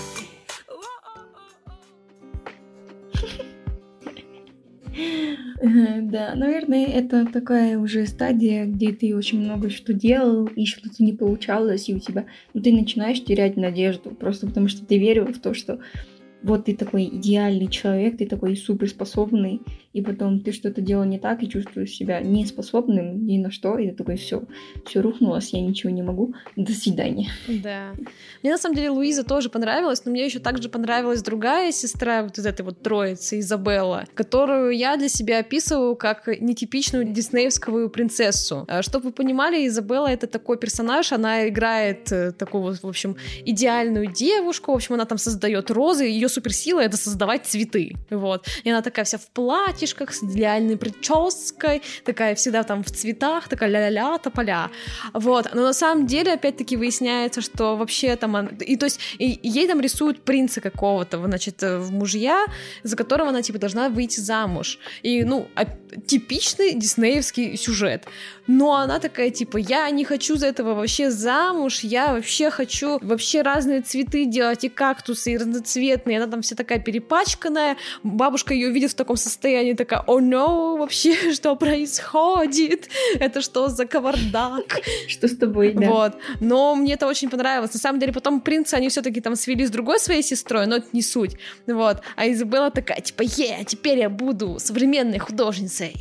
Да, наверное, это такая уже стадия, где ты очень много что делал, и что-то не получалось, и у тебя, ты начинаешь терять надежду, просто потому что ты верил в то, что вот ты такой идеальный человек, ты такой суперспособный, и потом ты что-то делал не так и чувствуешь себя неспособным ни на что, и ты такой, все рухнулось, я ничего не могу, до свидания. Да. Мне на самом деле Луиза тоже понравилась, но мне еще также понравилась другая сестра вот из этой вот троицы, Изабелла, которую я для себя описываю как нетипичную диснеевскую принцессу. Чтобы вы понимали, Изабелла — это такой персонаж, она играет такую, в общем, идеальную девушку, в общем, она там создает розы, ее суперсила — это создавать цветы, вот. И она такая вся в платьишках, с идеальной прической, такая всегда там в цветах, такая ля-ля-ля, тополя, вот. Но на самом деле, опять-таки, выясняется, что вообще там... то есть ей там рисуют принца какого-то, значит, в мужья, за которого она, типа, должна выйти замуж. И, типичный диснеевский сюжет. Но она такая, типа, я не хочу за этого вообще замуж, я вообще хочу вообще разные цветы делать, и кактусы, и разноцветные. Она там вся такая перепачканная. Бабушка ее видит в таком состоянии, такая, о, no, вообще, что происходит? Это что за кавардак? Что с тобой, да? Вот. Но мне это очень понравилось. На самом деле, потом принца они все-таки там свели с другой своей сестрой, но это не суть. Вот. А Изабелла такая, типа, теперь я буду современной художницей.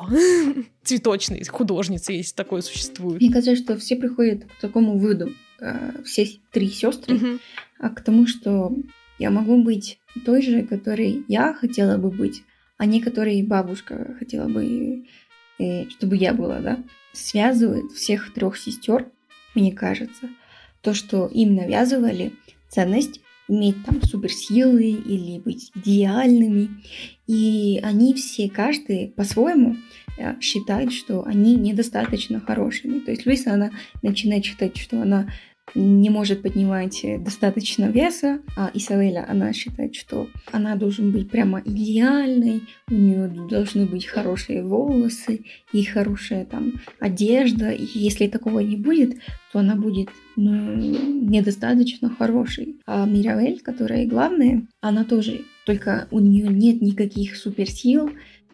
Цветочной художницей, если такое существует. Мне кажется, что все приходят к такому выводу, все три сестры, к тому, что я могу быть той же, которой я хотела бы быть, а не которой бабушка хотела бы, чтобы я была, да? Связывает всех трех сестер, мне кажется, то, что им навязывали ценность иметь там суперсилы или быть идеальными. И они все, каждый по-своему считает, что они недостаточно хорошими. То есть Луиза, она начинает считать, что она не может поднимать достаточно веса, а Изабелла, она считает, что она должна быть прямо идеальной, у нее должны быть хорошие волосы и хорошая там одежда, и если такого не будет, то она будет недостаточно хорошей. А Мирабель, которая главная, она тоже, только у нее нет никаких суперсил,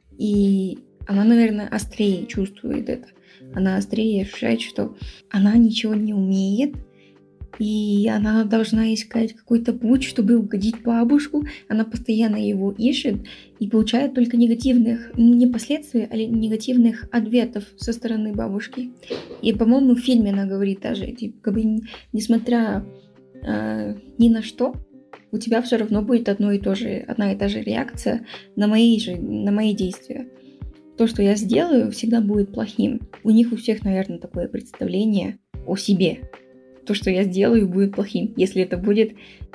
и она, наверное, острее чувствует это. Она острее ощущает, что она ничего не умеет, и она должна искать какой-то путь, чтобы угодить бабушку. Она постоянно его ищет и получает только негативных, не последствий, а негативных ответов со стороны бабушки. И, по-моему, в фильме она говорит даже, типа, как бы, несмотря ни на что, у тебя все равно будет одна и та же реакция на мои действия. То, что я сделаю, всегда будет плохим. У них у всех, наверное, такое представление о себе. то, что я сделаю, будет плохим, если это будет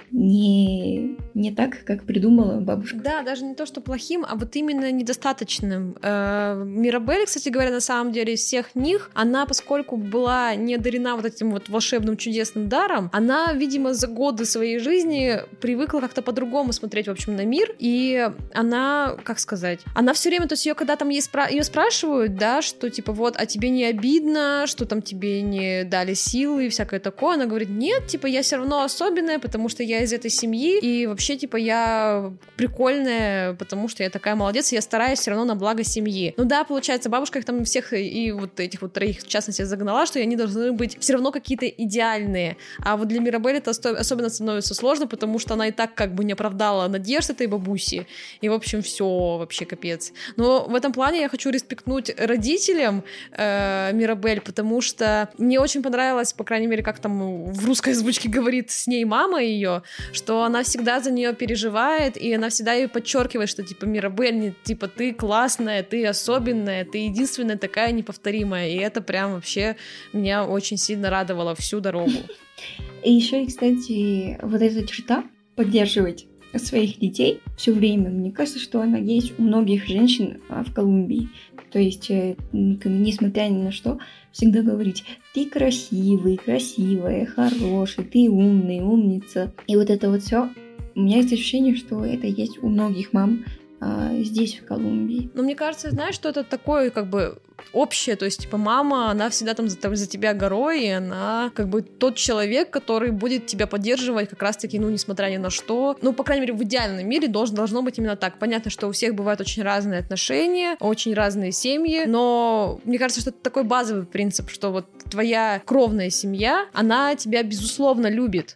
не так, как придумала бабушка. Да, даже не то, что плохим, а вот именно недостаточным. Мирабель, кстати говоря, на самом деле из всех них, она, поскольку была не одарена вот этим вот волшебным чудесным даром, она, видимо, за годы своей жизни привыкла как-то по-другому смотреть, в общем, на мир, и она, как сказать, она все время, то есть ее, когда там ее спрашивают, да, что типа вот, а тебе не обидно, что там тебе не дали силы и всякое такое, она говорит, нет, типа я все равно особенная, потому что я из этой семьи, и вообще, типа, я прикольная, потому что я такая молодец, и я стараюсь все равно на благо семьи. Ну да, получается, бабушка их там всех, и вот этих вот троих, в частности, загнала, что они должны быть все равно какие-то идеальные. А вот для Мирабель это особенно становится сложно, потому что она и так как бы не оправдала надежд этой бабуси, и, в общем, все вообще капец. Но в этом плане я хочу респектнуть родителям Мирабель, потому что мне очень понравилось, по крайней мере, как там в русской озвучке говорит с ней мама ее, что она всегда за нее переживает, и она всегда ей подчеркивает, что типа Мирабель, типа ты классная, ты особенная, ты единственная такая неповторимая, и это прям вообще меня очень сильно радовало всю дорогу. И еще, кстати, вот эта черта поддерживать своих детей все время, мне кажется, что она есть у многих женщин в Колумбии. То есть, несмотря ни на что, всегда говорить, ты красивый, красивая, хороший, ты умный, умница. И вот это вот все. У меня есть ощущение, что это есть у многих мам здесь, в Колумбии. Но мне кажется, знаешь, что это такое, как бы, общее, то есть, типа, мама, она всегда там за тебя горой, и она, как бы, тот человек, который будет тебя поддерживать как раз-таки, ну, несмотря ни на что. Ну, по крайней мере, в идеальном мире должно быть именно так. Понятно, что у всех бывают очень разные отношения, очень разные семьи, но мне кажется, что это такой базовый принцип, что вот твоя кровная семья, она тебя, безусловно, любит.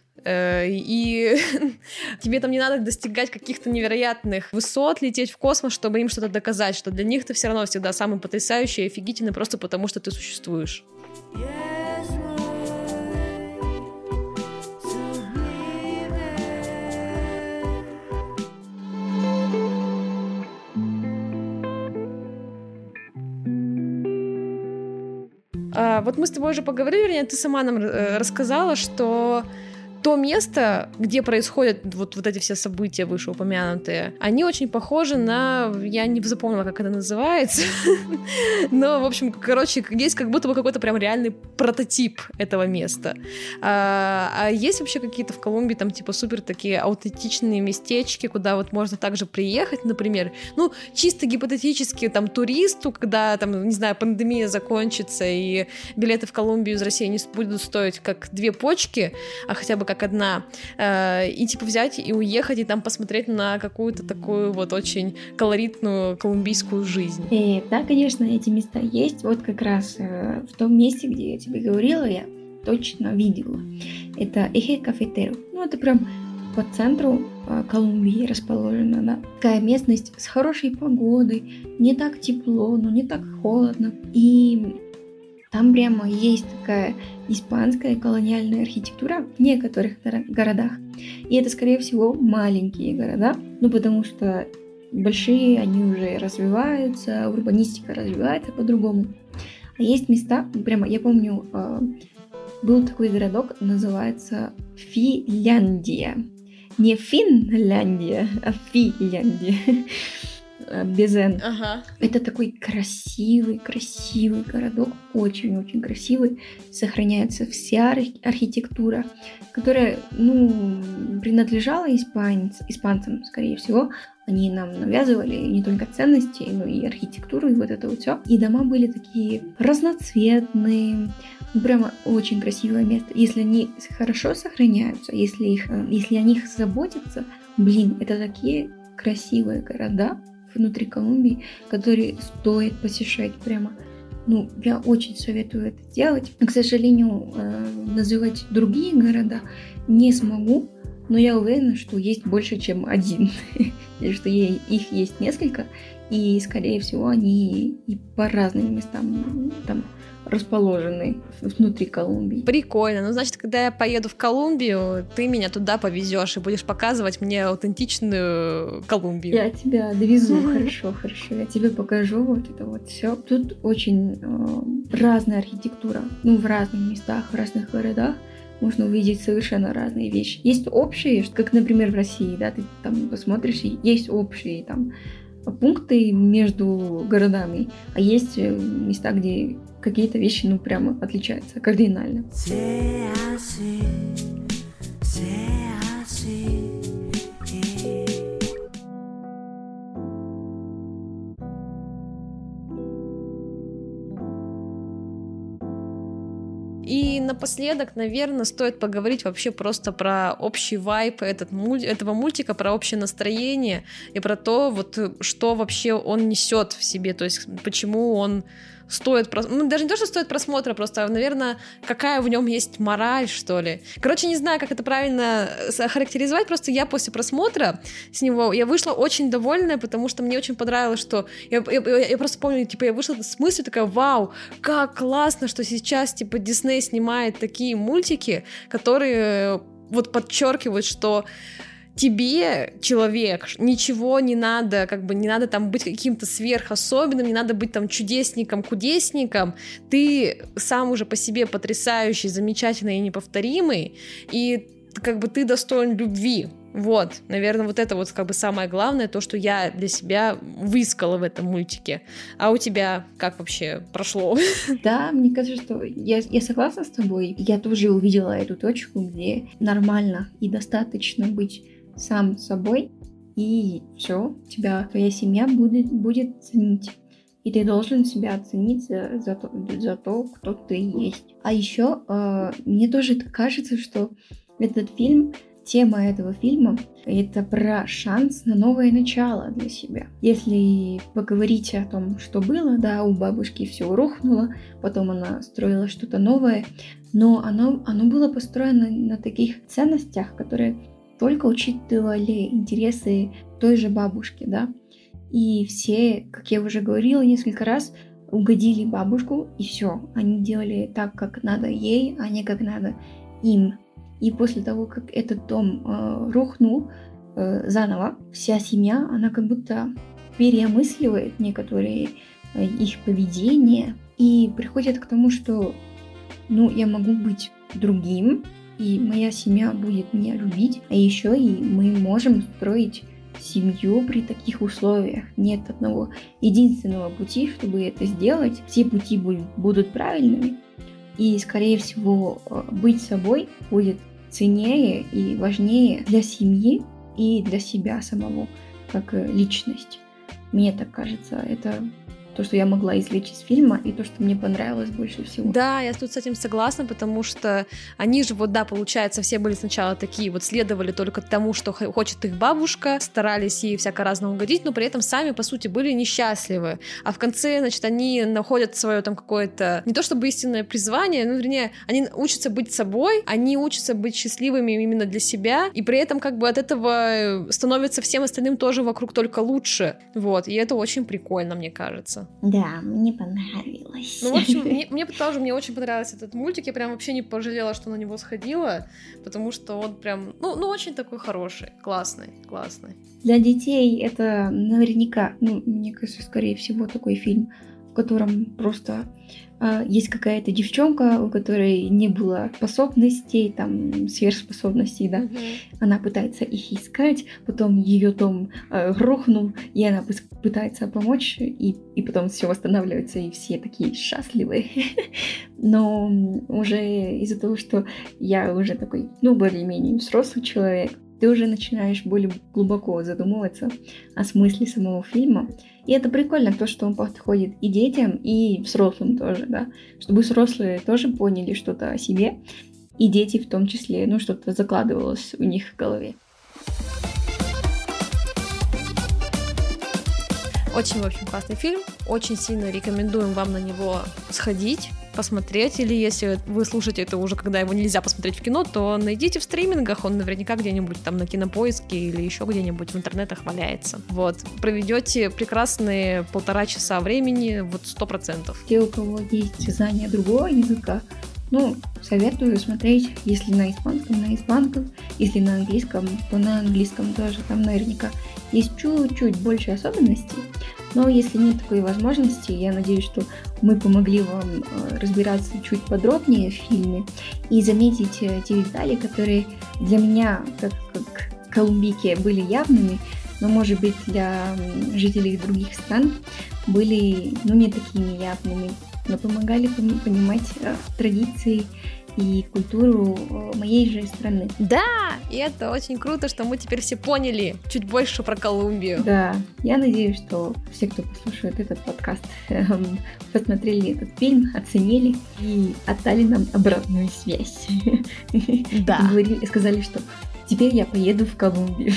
И тебе там не надо достигать каких-то невероятных высот, лететь в космос, чтобы им что-то доказать, что для них ты все равно всегда самый потрясающий и офигительный просто потому, что ты существуешь. Вот мы с тобой уже поговорили, вернее, ты сама нам рассказала, что то место, где происходят вот эти все события вышеупомянутые, они очень похожи на... Я не запомнила, как это называется. Но, в общем, короче, есть как будто бы какой-то прям реальный прототип этого места. А есть вообще какие-то в Колумбии там типа супер такие аутентичные местечки, куда вот можно также приехать, например, ну, чисто гипотетически там туристу, когда там, не знаю, пандемия закончится и билеты в Колумбию из России не будут стоить как 2 почки, а хотя бы как одна, и типа взять и уехать, и там посмотреть на какую-то такую вот очень колоритную колумбийскую жизнь. И, да, конечно, эти места есть. Вот как раз в том месте, где я тебе говорила, я точно видела. Это Эje Cafetero. Ну, это прям по центру Колумбии расположена, да. Такая местность с хорошей погодой, не так тепло, но не так холодно. И там прямо есть такая испанская колониальная архитектура в некоторых городах. И это, скорее всего, маленькие города, ну, потому что большие, они уже развиваются, урбанистика развивается по-другому. А есть места, прямо, я помню, был такой городок, называется Финляндия. Не Финляндия, а Финляндия. Без «н». Ага. Это такой красивый городок, очень-очень красивый. Сохраняется вся архитектура, которая, ну, принадлежала испанцам, скорее всего. Они нам навязывали не только ценности, но и архитектуру, и вот это вот все. И дома были такие разноцветные, прямо очень красивое место. Если они хорошо сохраняются, если о них заботятся, блин, это такие красивые города внутри Колумбии, которые стоит посещать прямо. Ну, я очень советую это делать. К сожалению, называть другие города не смогу, но я уверена, что есть больше, чем один. И что их есть несколько, и, скорее всего, они и по разным местам там расположены внутри Колумбии. Прикольно. Ну, значит, когда я поеду в Колумбию, ты меня туда повезешь и будешь показывать мне аутентичную Колумбию. Я тебя довезу, хорошо. Я тебе покажу вот это вот все. Тут очень разная архитектура. Ну, в разных местах, в разных городах. можно увидеть совершенно разные вещи. Есть общие, как, например, в России, да, ты там посмотришь, и есть общие там пункты между городами, а есть места, где какие-то вещи, ну, прямо отличаются кардинально. И напоследок, наверное, стоит поговорить вообще просто про общий вайб этого мультика, про общее настроение и про то, вот, что вообще он несет в себе, то есть почему он стоит, ну, даже не то, что стоит просмотра, просто, наверное, какая в нем есть мораль, что ли. Короче, не знаю, как это правильно охарактеризовать, просто я после просмотра с него, я вышла очень довольная, потому что мне очень понравилось, что я просто помню, типа, я вышла с мыслью такая: вау, как классно, что сейчас, типа, Дисней снимает такие мультики, которые вот подчеркивают, что тебе, человек, ничего не надо, как бы не надо там быть каким-то сверхособенным, не надо быть там чудесником, кудесником, ты сам уже по себе потрясающий, замечательный и неповторимый, и как бы ты достоин любви. Вот, наверное, вот это вот как бы самое главное, то, что я для себя выискала в этом мультике. А у тебя как вообще прошло? Да, мне кажется, что я согласна с тобой. Я тоже увидела эту точку, где нормально и достаточно быть сам собой, и все, твоя семья будет ценить. И ты должен себя оценить за то, кто ты есть. А еще мне тоже кажется, что этот фильм, тема этого фильма, это про шанс на новое начало для себя. Если поговорить о том, что было, да, у бабушки все рухнуло, потом она строила что-то новое, но оно было построено на таких ценностях, которые только учитывали интересы той же бабушки, да. И все, как я уже говорила несколько раз, угодили бабушку, и все. Они делали так, как надо ей, а не как надо им. И после того, как этот дом рухнул заново, вся семья, она как будто переосмысливает некоторые их поведения и приходит к тому, что, ну, я могу быть другим, и моя семья будет меня любить, а еще и мы можем строить семью при таких условиях. Нет одного единственного пути, чтобы это сделать. Все пути будут правильными, и, скорее всего, быть собой будет ценнее и важнее для семьи и для себя самого, как личность. Мне так кажется, это то, что я могла извлечь из фильма, и то, что мне понравилось больше всего. Да, я тут с этим согласна, потому что они же, вот да, получается, все были сначала такие, вот следовали только тому, что хочет их бабушка, старались ей всяко-разно угодить, но при этом сами, по сути, были несчастливы. А в конце, значит, они находят свое там какое-то, не то чтобы истинное призвание, но, вернее, они учатся быть собой, они учатся быть счастливыми именно для себя, и при этом как бы от этого становится всем остальным тоже вокруг только лучше. Вот, и это очень прикольно, мне кажется. Да, мне понравилось. Ну, в общем, мне очень понравился этот мультик. Я прям вообще не пожалела, что на него сходила, потому что он прям, ну очень такой хороший, классный. Для детей это наверняка, мне кажется, скорее всего, такой фильм, в котором просто есть какая-то девчонка, у которой не было способностей, там, сверхспособностей, да, она пытается их искать, потом ее дом рухнул, и она пытается помочь, и потом все восстанавливается, и все такие счастливые. Но уже из-за того, что я уже такой, более-менее взрослый человек, ты уже начинаешь более глубоко задумываться о смысле самого фильма. И это прикольно, то, что он подходит и детям, и взрослым тоже, да. Чтобы взрослые тоже поняли что-то о себе, и дети в том числе, что-то закладывалось у них в голове. Очень, в общем, классный фильм. Очень сильно рекомендуем вам на него сходить, посмотреть, или если вы слушаете это уже, когда его нельзя посмотреть в кино, то найдите в стримингах, он наверняка где-нибудь там на Кинопоиске или еще где-нибудь в интернетах валяется. Вот. Проведете прекрасные 1,5 часа времени, вот 100%. Те, у кого есть знание другого языка, советую смотреть, если на испанском, если на английском, то на английском тоже, там наверняка есть чуть-чуть больше особенностей, Но если нет такой возможности, я надеюсь, что мы помогли вам разбираться чуть подробнее в фильме и заметить те детали, которые для меня, как колумбийке, были явными, но, может быть, для жителей других стран были, не такими явными, но помогали понимать традиции и культуру моей же страны. Да, и это очень круто, что мы теперь все поняли чуть больше про Колумбию. Да, я надеюсь, что все, кто послушает этот подкаст, посмотрели этот фильм, оценили и отдали нам обратную связь. Да. Сказали, что теперь я поеду в Колумбию.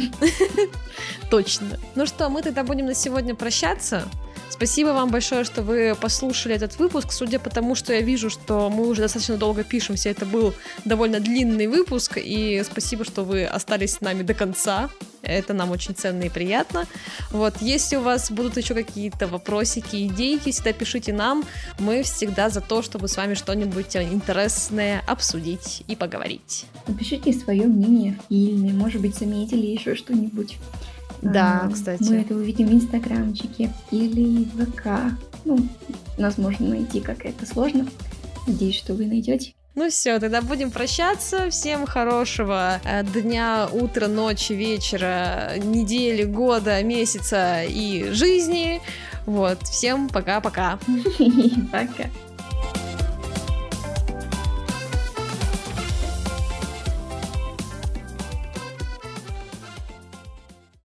Точно. Ну что, мы тогда будем на сегодня прощаться. Спасибо вам большое, что вы послушали этот выпуск. Судя по тому, что я вижу, что мы уже достаточно долго пишемся, это был довольно длинный выпуск, и спасибо, что вы остались с нами до конца. Это нам очень ценно и приятно. Вот, если у вас будут еще какие-то вопросики, идейки, всегда пишите нам. Мы всегда за то, чтобы с вами что-нибудь интересное обсудить и поговорить. Напишите свое мнение в фильме, может быть, заметили еще что-нибудь. Да, кстати. Мы это увидим в Инстаграмчике или в ВК. Нас можно найти, как это сложно. Надеюсь, что вы найдете. Ну все, тогда будем прощаться. Всем хорошего дня, утра, ночи, вечера, недели, года, месяца и жизни. Вот, всем пока-пока. Пока.